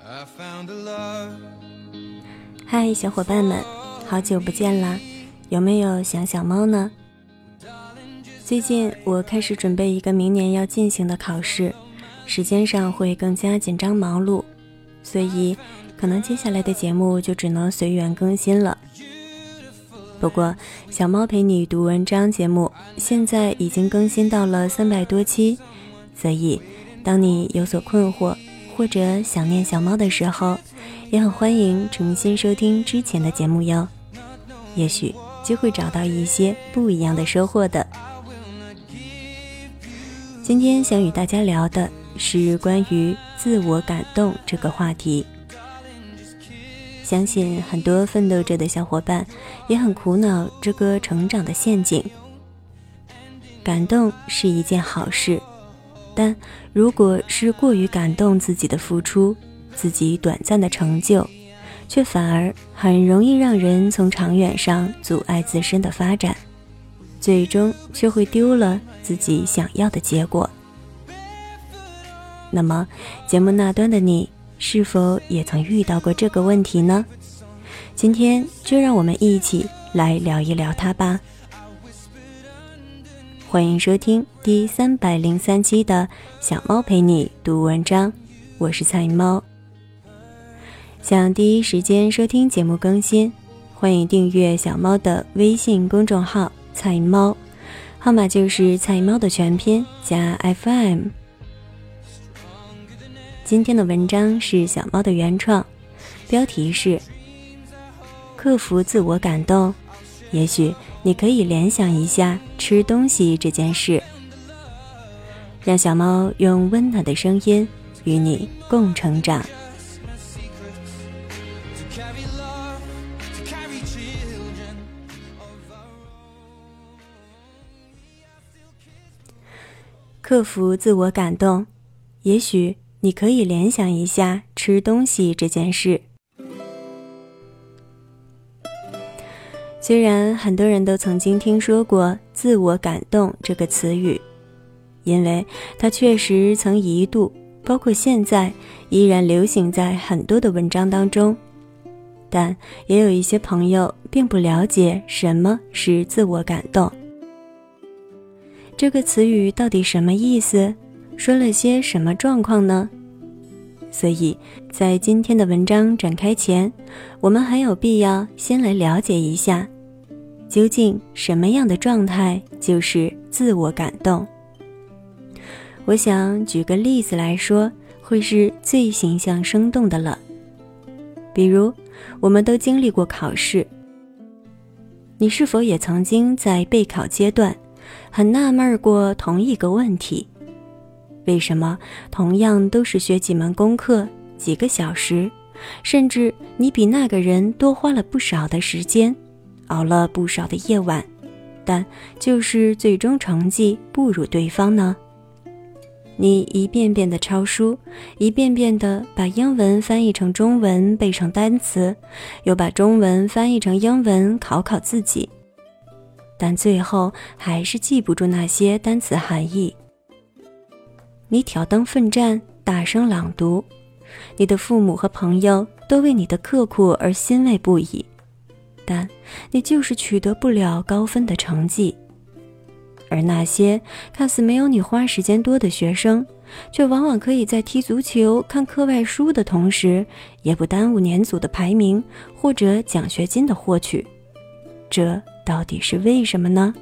嗨，小伙伴们，好久不见啦，有没有想小猫呢？最近我开始准备一个明年要进行的考试，时间上会更加紧张忙碌，所以可能接下来的节目就只能随缘更新了。不过小猫陪你读文章节目现在已经更新到了300多期，所以当你有所困惑或者想念小猫的时候，也很欢迎重新收听之前的节目哟，也许就会找到一些不一样的收获的。今天想与大家聊的是关于自我感动这个话题。相信很多奋斗者的小伙伴也很苦恼这个成长的陷阱。感动是一件好事，但如果是过于感动自己的付出，自己短暂的成就，却反而很容易让人从长远上阻碍自身的发展，最终却会丢了自己想要的结果。那么节目那端的你是否也曾遇到过这个问题呢？今天就让我们一起来聊一聊它吧。欢迎收听第303期的小猫陪你读文章，我是菜猫。想第一时间收听节目更新，欢迎订阅小猫的微信公众号菜猫，号码就是菜猫的全拼加 FM。今天的文章是小猫的原创，标题是克服自我感动，也许你可以联想一下吃东西这件事。让小猫用温暖的声音与你共成长。克服自我感动，也许你可以联想一下吃东西这件事。虽然很多人都曾经听说过自我感动这个词语，因为它确实曾一度，包括现在依然流行在很多的文章当中，但也有一些朋友并不了解什么是自我感动。这个词语到底什么意思？说了些什么状况呢？所以在今天的文章展开前，我们很有必要先来了解一下，究竟什么样的状态就是自我感动。我想举个例子来说，会是最形象生动的了。比如我们都经历过考试，你是否也曾经在备考阶段很纳闷过同一个问题，为什么同样都是学几门功课几个小时，甚至你比那个人多花了不少的时间，熬了不少的夜晚，但就是最终成绩不如对方呢？你一遍遍的抄书，一遍遍的把英文翻译成中文背成单词，又把中文翻译成英文考考自己，但最后还是记不住那些单词含义。你挑灯奋战，大声朗读，你的父母和朋友都为你的刻苦而欣慰不已，但你就是取得不了高分的成绩。而那些看似没有你花时间多的学生，却往往可以在踢足球看课外书的同时，也不耽误年组的排名或者奖学金的获取。这到底是为什么呢？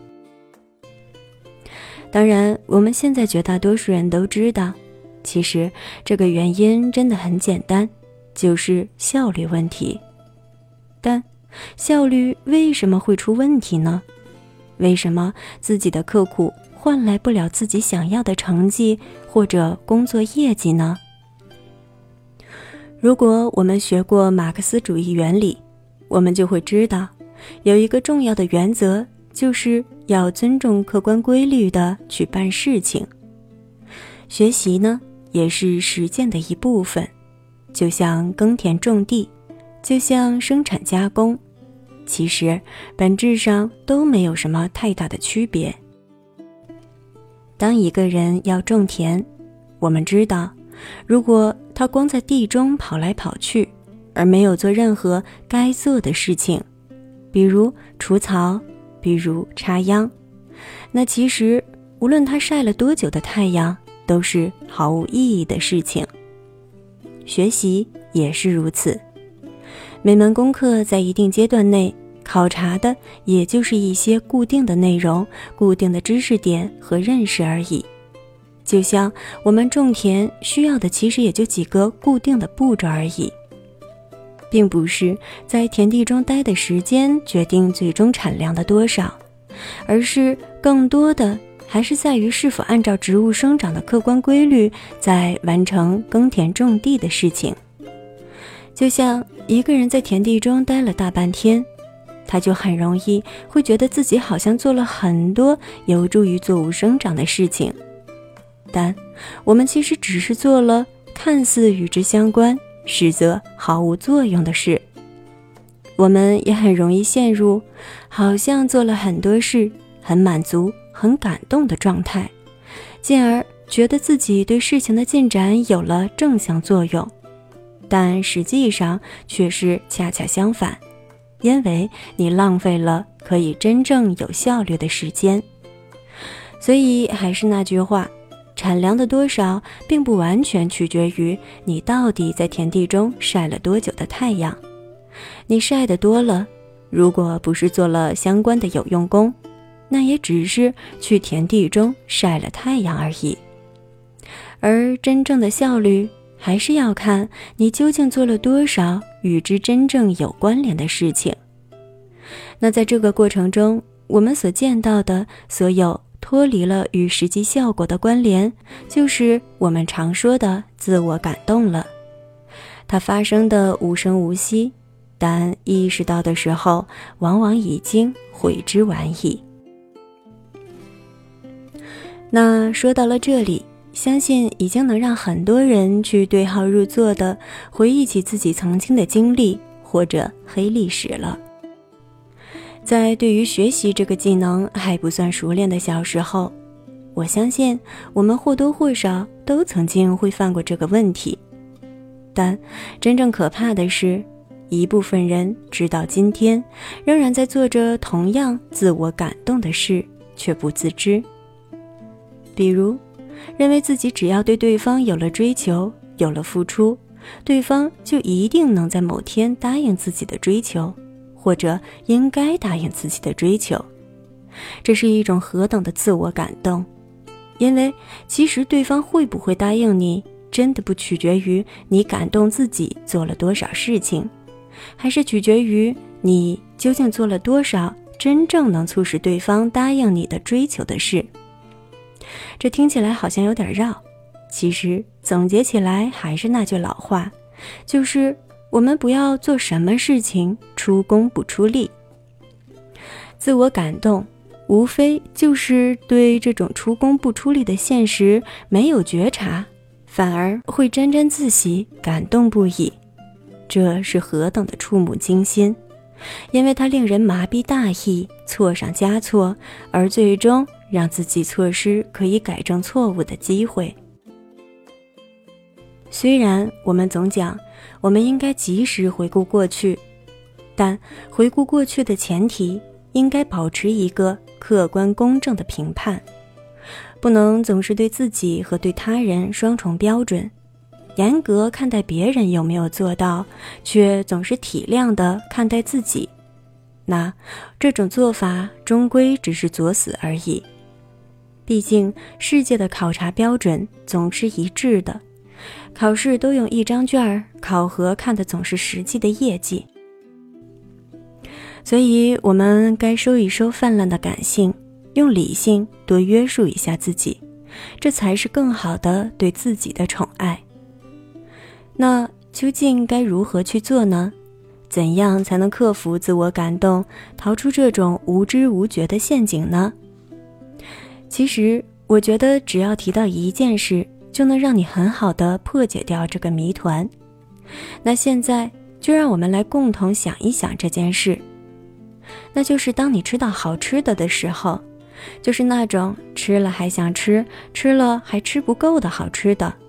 当然我们现在绝大多数人都知道，其实这个原因真的很简单，就是效率问题。但效率为什么会出问题呢？为什么自己的刻苦换来不了自己想要的成绩或者工作业绩呢？如果我们学过马克思主义原理，我们就会知道，有一个重要的原则，就是要尊重客观规律地去办事情。学习呢，也是实践的一部分，就像耕田种地，就像生产加工，其实本质上都没有什么太大的区别。当一个人要种田，我们知道如果他光在地中跑来跑去，而没有做任何该做的事情，比如除草，比如插秧，那其实无论他晒了多久的太阳，都是毫无意义的事情。学习也是如此，每门功课在一定阶段内考察的也就是一些固定的内容、固定的知识点和认识而已。就像我们种田需要的其实也就几个固定的步骤而已，并不是在田地中待的时间决定最终产量的多少，而是更多的还是在于是否按照植物生长的客观规律在完成耕田种地的事情。就像一个人在田地中待了大半天，他就很容易会觉得自己好像做了很多有助于作物生长的事情，但我们其实只是做了看似与之相关，实则毫无作用的事。我们也很容易陷入好像做了很多事，很满足、很感动的状态，进而觉得自己对事情的进展有了正向作用，但实际上却是恰恰相反，因为你浪费了可以真正有效率的时间。所以还是那句话，产量的多少并不完全取决于你到底在田地中晒了多久的太阳。你晒得多了，如果不是做了相关的有用功，那也只是去田地中晒了太阳而已。而真正的效率还是要看你究竟做了多少与之真正有关联的事情。那在这个过程中，我们所见到的所有脱离了与实际效果的关联，就是我们常说的自我感动了。它发生的无声无息，但意识到的时候，往往已经悔之晚矣。那说到了这里，相信已经能让很多人去对号入座的回忆起自己曾经的经历或者黑历史了。在对于学习这个技能还不算熟练的小时候，我相信我们或多或少都曾经会犯过这个问题。但真正可怕的是，一部分人直到今天仍然在做着同样自我感动的事，却不自知。比如认为自己只要对对方有了追求，有了付出，对方就一定能在某天答应自己的追求，或者应该答应自己的追求。这是一种何等的自我感动，因为其实对方会不会答应你，真的不取决于你感动自己做了多少事情，还是取决于你究竟做了多少真正能促使对方答应你的追求的事。这听起来好像有点绕，其实总结起来还是那句老话，就是我们不要做什么事情出工不出力。自我感动无非就是对这种出工不出力的现实没有觉察，反而会沾沾自喜，感动不已。这是何等的触目惊心，因为它令人麻痹大意，错上加错，而最终让自己错失可以改正错误的机会。虽然我们总讲我们应该及时回顾过去，但回顾过去的前提应该保持一个客观公正的评判，不能总是对自己和对他人双重标准，严格看待别人有没有做到，却总是体谅地看待自己。那这种做法终归只是作死而已。毕竟世界的考察标准总是一致的，考试都用一张卷，考核看的总是实际的业绩。所以我们该收一收泛滥的感性，用理性多约束一下自己，这才是更好的对自己的宠爱。那究竟该如何去做呢？怎样才能克服自我感动，逃出这种无知无觉的陷阱呢？其实我觉得只要提到一件事，就能让你很好的破解掉这个谜团。那现在就让我们来共同想一想这件事，那就是当你吃到好吃的时候，就是那种吃了还想吃，吃了还吃不够的好吃的，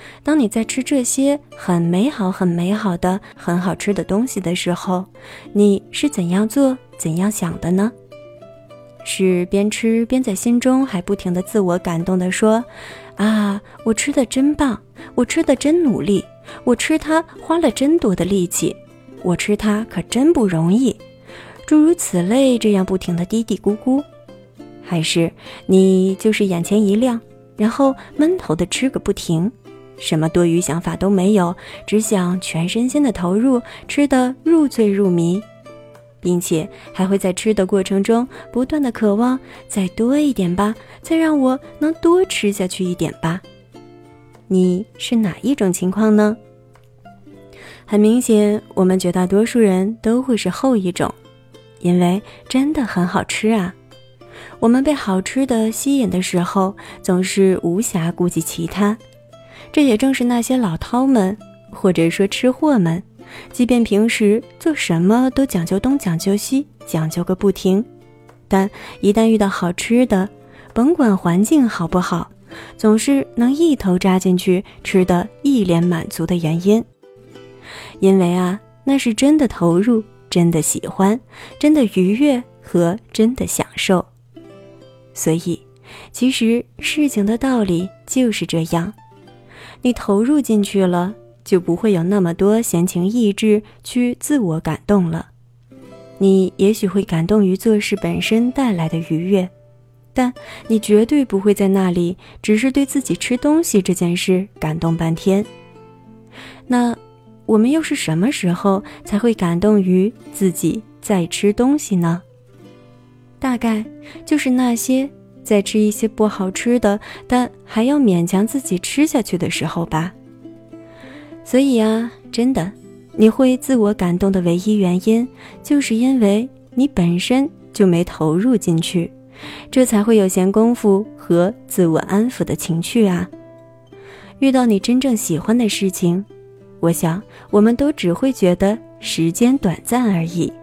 当你在吃这些很美好、很美好的、很好吃的东西的时候，你是怎样做、怎样想的呢？是边吃边在心中还不停地自我感动地说：啊，我吃得真棒，我吃得真努力，我吃它花了真多的力气，我吃它可真不容易，诸如此类，这样不停地嘀嘀咕咕？还是你就是眼前一亮，然后闷头地吃个不停，什么多余想法都没有，只想全身心地投入，吃得入醉入迷，并且还会在吃的过程中不断地渴望再多一点吧，再让我能多吃下去一点吧。你是哪一种情况呢？很明显，我们绝大多数人都会是后一种，因为真的很好吃啊。我们被好吃的吸引的时候，总是无暇顾及其他。这也正是那些老饕们，或者说吃货们，即便平时做什么都讲究东讲究西，讲究个不停，但一旦遇到好吃的，甭管环境好不好，总是能一头扎进去，吃得一脸满足的原因。因为啊，那是真的投入，真的喜欢，真的愉悦和真的享受。所以其实事情的道理就是这样，你投入进去了，就不会有那么多闲情逸致去自我感动了。你也许会感动于做事本身带来的愉悦，但你绝对不会在那里只是对自己吃东西这件事感动半天。那我们又是什么时候才会感动于自己在吃东西呢？大概就是那些在吃一些不好吃的，但还要勉强自己吃下去的时候吧。所以啊，真的，你会自我感动的唯一原因，就是因为你本身就没投入进去，这才会有闲工夫和自我安抚的情趣啊。遇到你真正喜欢的事情，我想我们都只会觉得时间短暂而已。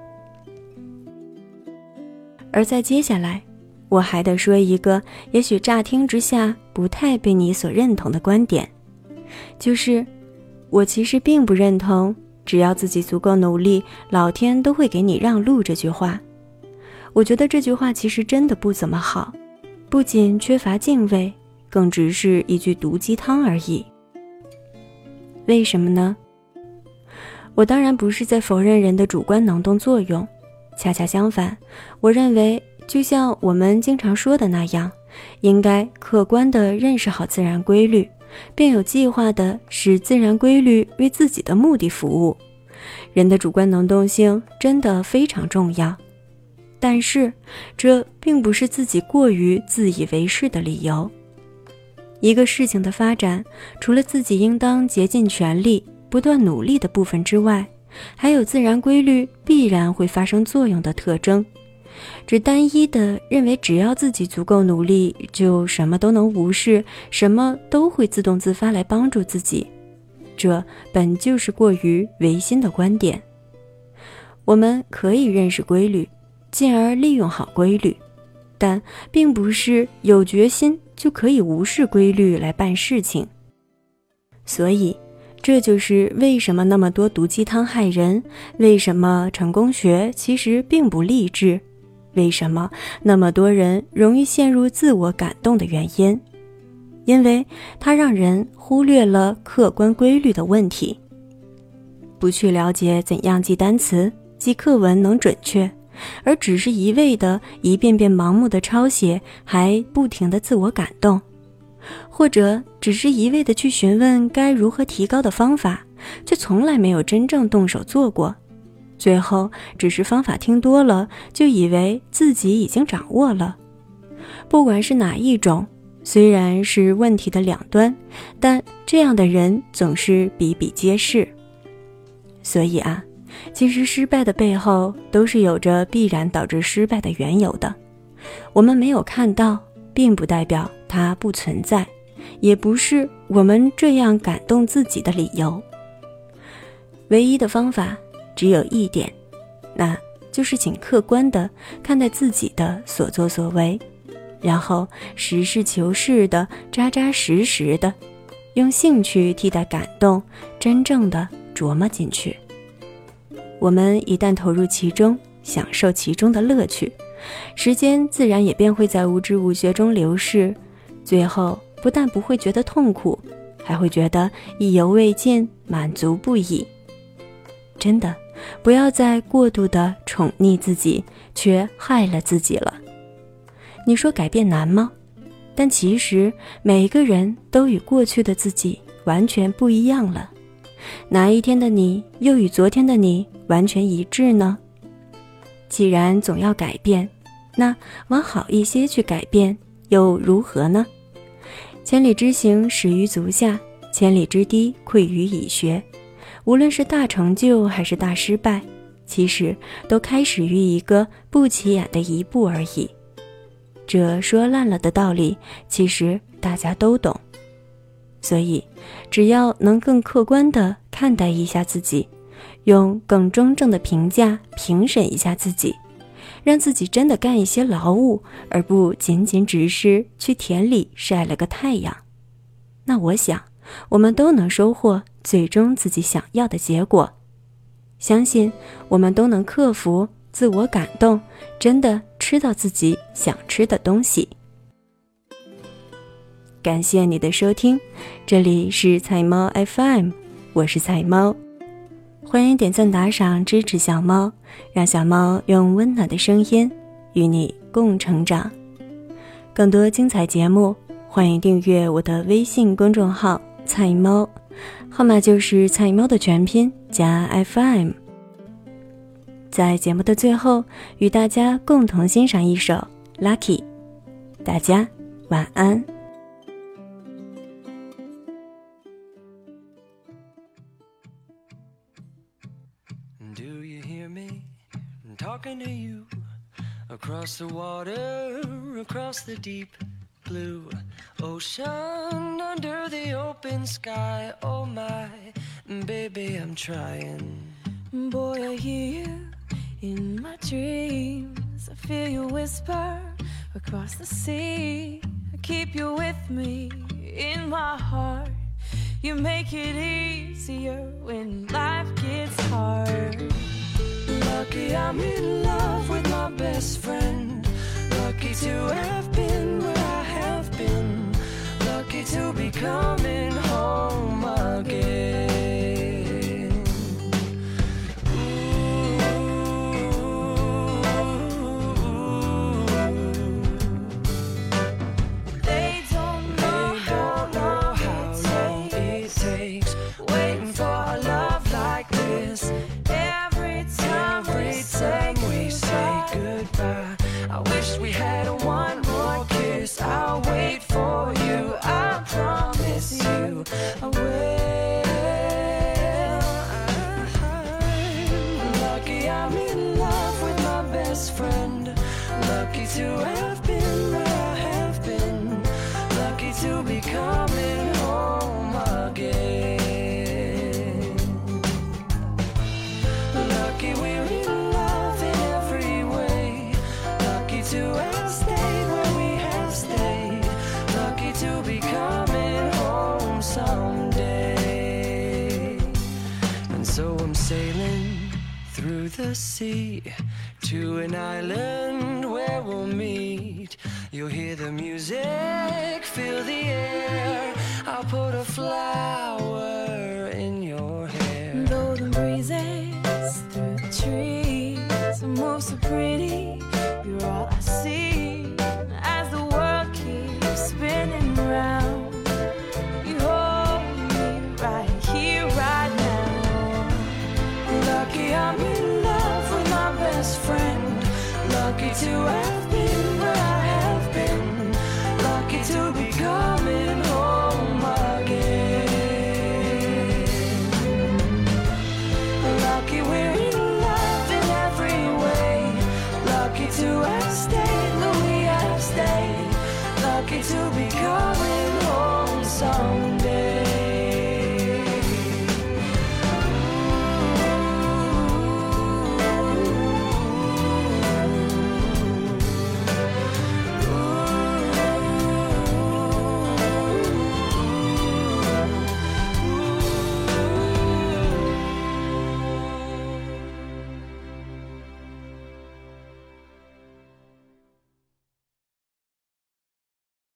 而在接下来，我还得说一个也许乍听之下不太被你所认同的观点，就是我其实并不认同只要自己足够努力，老天都会给你让路这句话。我觉得这句话其实真的不怎么好，不仅缺乏敬畏，更只是一句毒鸡汤而已。为什么呢？我当然不是在否认人的主观能动作用，恰恰相反，我认为就像我们经常说的那样，应该客观地认识好自然规律，并有计划地使自然规律为自己的目的服务。人的主观能动性真的非常重要，但是这并不是自己过于自以为是的理由。一个事情的发展，除了自己应当竭尽全力不断努力的部分之外，还有自然规律必然会发生作用的特征。只单一的认为只要自己足够努力，就什么都能无视，什么都会自动自发来帮助自己，这本就是过于唯心的观点。我们可以认识规律，进而利用好规律，但并不是有决心就可以无视规律来办事情。所以这就是为什么那么多毒鸡汤害人，为什么成功学其实并不励志，为什么那么多人容易陷入自我感动的原因。因为它让人忽略了客观规律的问题，不去了解怎样记单词、记课文能准确，而只是一味的一遍遍盲目的抄写，还不停的自我感动，或者只是一味的去询问该如何提高的方法，却从来没有真正动手做过，最后只是方法听多了，就以为自己已经掌握了。不管是哪一种，虽然是问题的两端，但这样的人总是比比皆是。所以啊，其实失败的背后都是有着必然导致失败的缘由的，我们没有看到，并不代表它不存在，也不是我们这样感动自己的理由。唯一的方法只有一点，那就是请客观地看待自己的所作所为，然后实事求是的、扎扎实实的， 用兴趣替代感动，真正的琢磨进去。我们一旦投入其中，享受其中的乐趣，时间自然也便会在无知无觉中流逝，最后不但不会觉得痛苦，还会觉得意犹未尽，满足不已。真的，不要再过度的宠溺自己，却害了自己了。你说改变难吗？但其实每个人都与过去的自己完全不一样了。哪一天的你又与昨天的你完全一致呢？既然总要改变，那往好一些去改变又如何呢？千里之行，始于足下，千里之堤，溃于蚁穴。无论是大成就还是大失败，其实都开始于一个不起眼的一步而已。这说烂了的道理，其实大家都懂。所以只要能更客观地看待一下自己，用更中正的评价评审一下自己，让自己真的干一些劳务，而不仅仅只是去田里晒了个太阳，那我想我们都能收获最终自己想要的结果。相信我们都能克服自我感动，真的吃到自己想吃的东西。感谢你的收听，这里是菜猫 FM， 我是菜猫。欢迎点赞打赏支持小猫，让小猫用温暖的声音与你共成长。更多精彩节目，欢迎订阅我的微信公众号菜猫，号码就是菜猫的全拼加 FM。 在节目的最后，与大家共同欣赏一首 Lucky， 大家晚安。 Do you hear me talking to you across the water, across the deep blue ocean, under the open sky? Oh my, baby, I'm trying. Boy, I hear you in my dreams. I feel you whisper across the sea. I keep you with me in my heart. You make it easier when life gets hard. Lucky I'm in love with my best friend. Lucky to have been where I have been. Lucky to be coming home again. They don't know how long it takes Waiting for a love like this. every time We say goodbye. I wish we had one more kiss. I'll wait for you. I promise you I will. Lucky I'm in love with my best friend. Lucky to have been where I have been. Lucky to be coming home again. Lucky we're in love in every way. Lucky to have stayed where we have stayed. Lucky to be coming home someday. And so I'm sailing through the sea to an island where we'll meet. You'll hear the music, feel the air. I'll put a flower in your hair. golden breezes through the trees move so pretty. You're all I see as the world keeps spinning round. You hold me right here, right now. Lucky I'm in love with my best friend. Lucky to have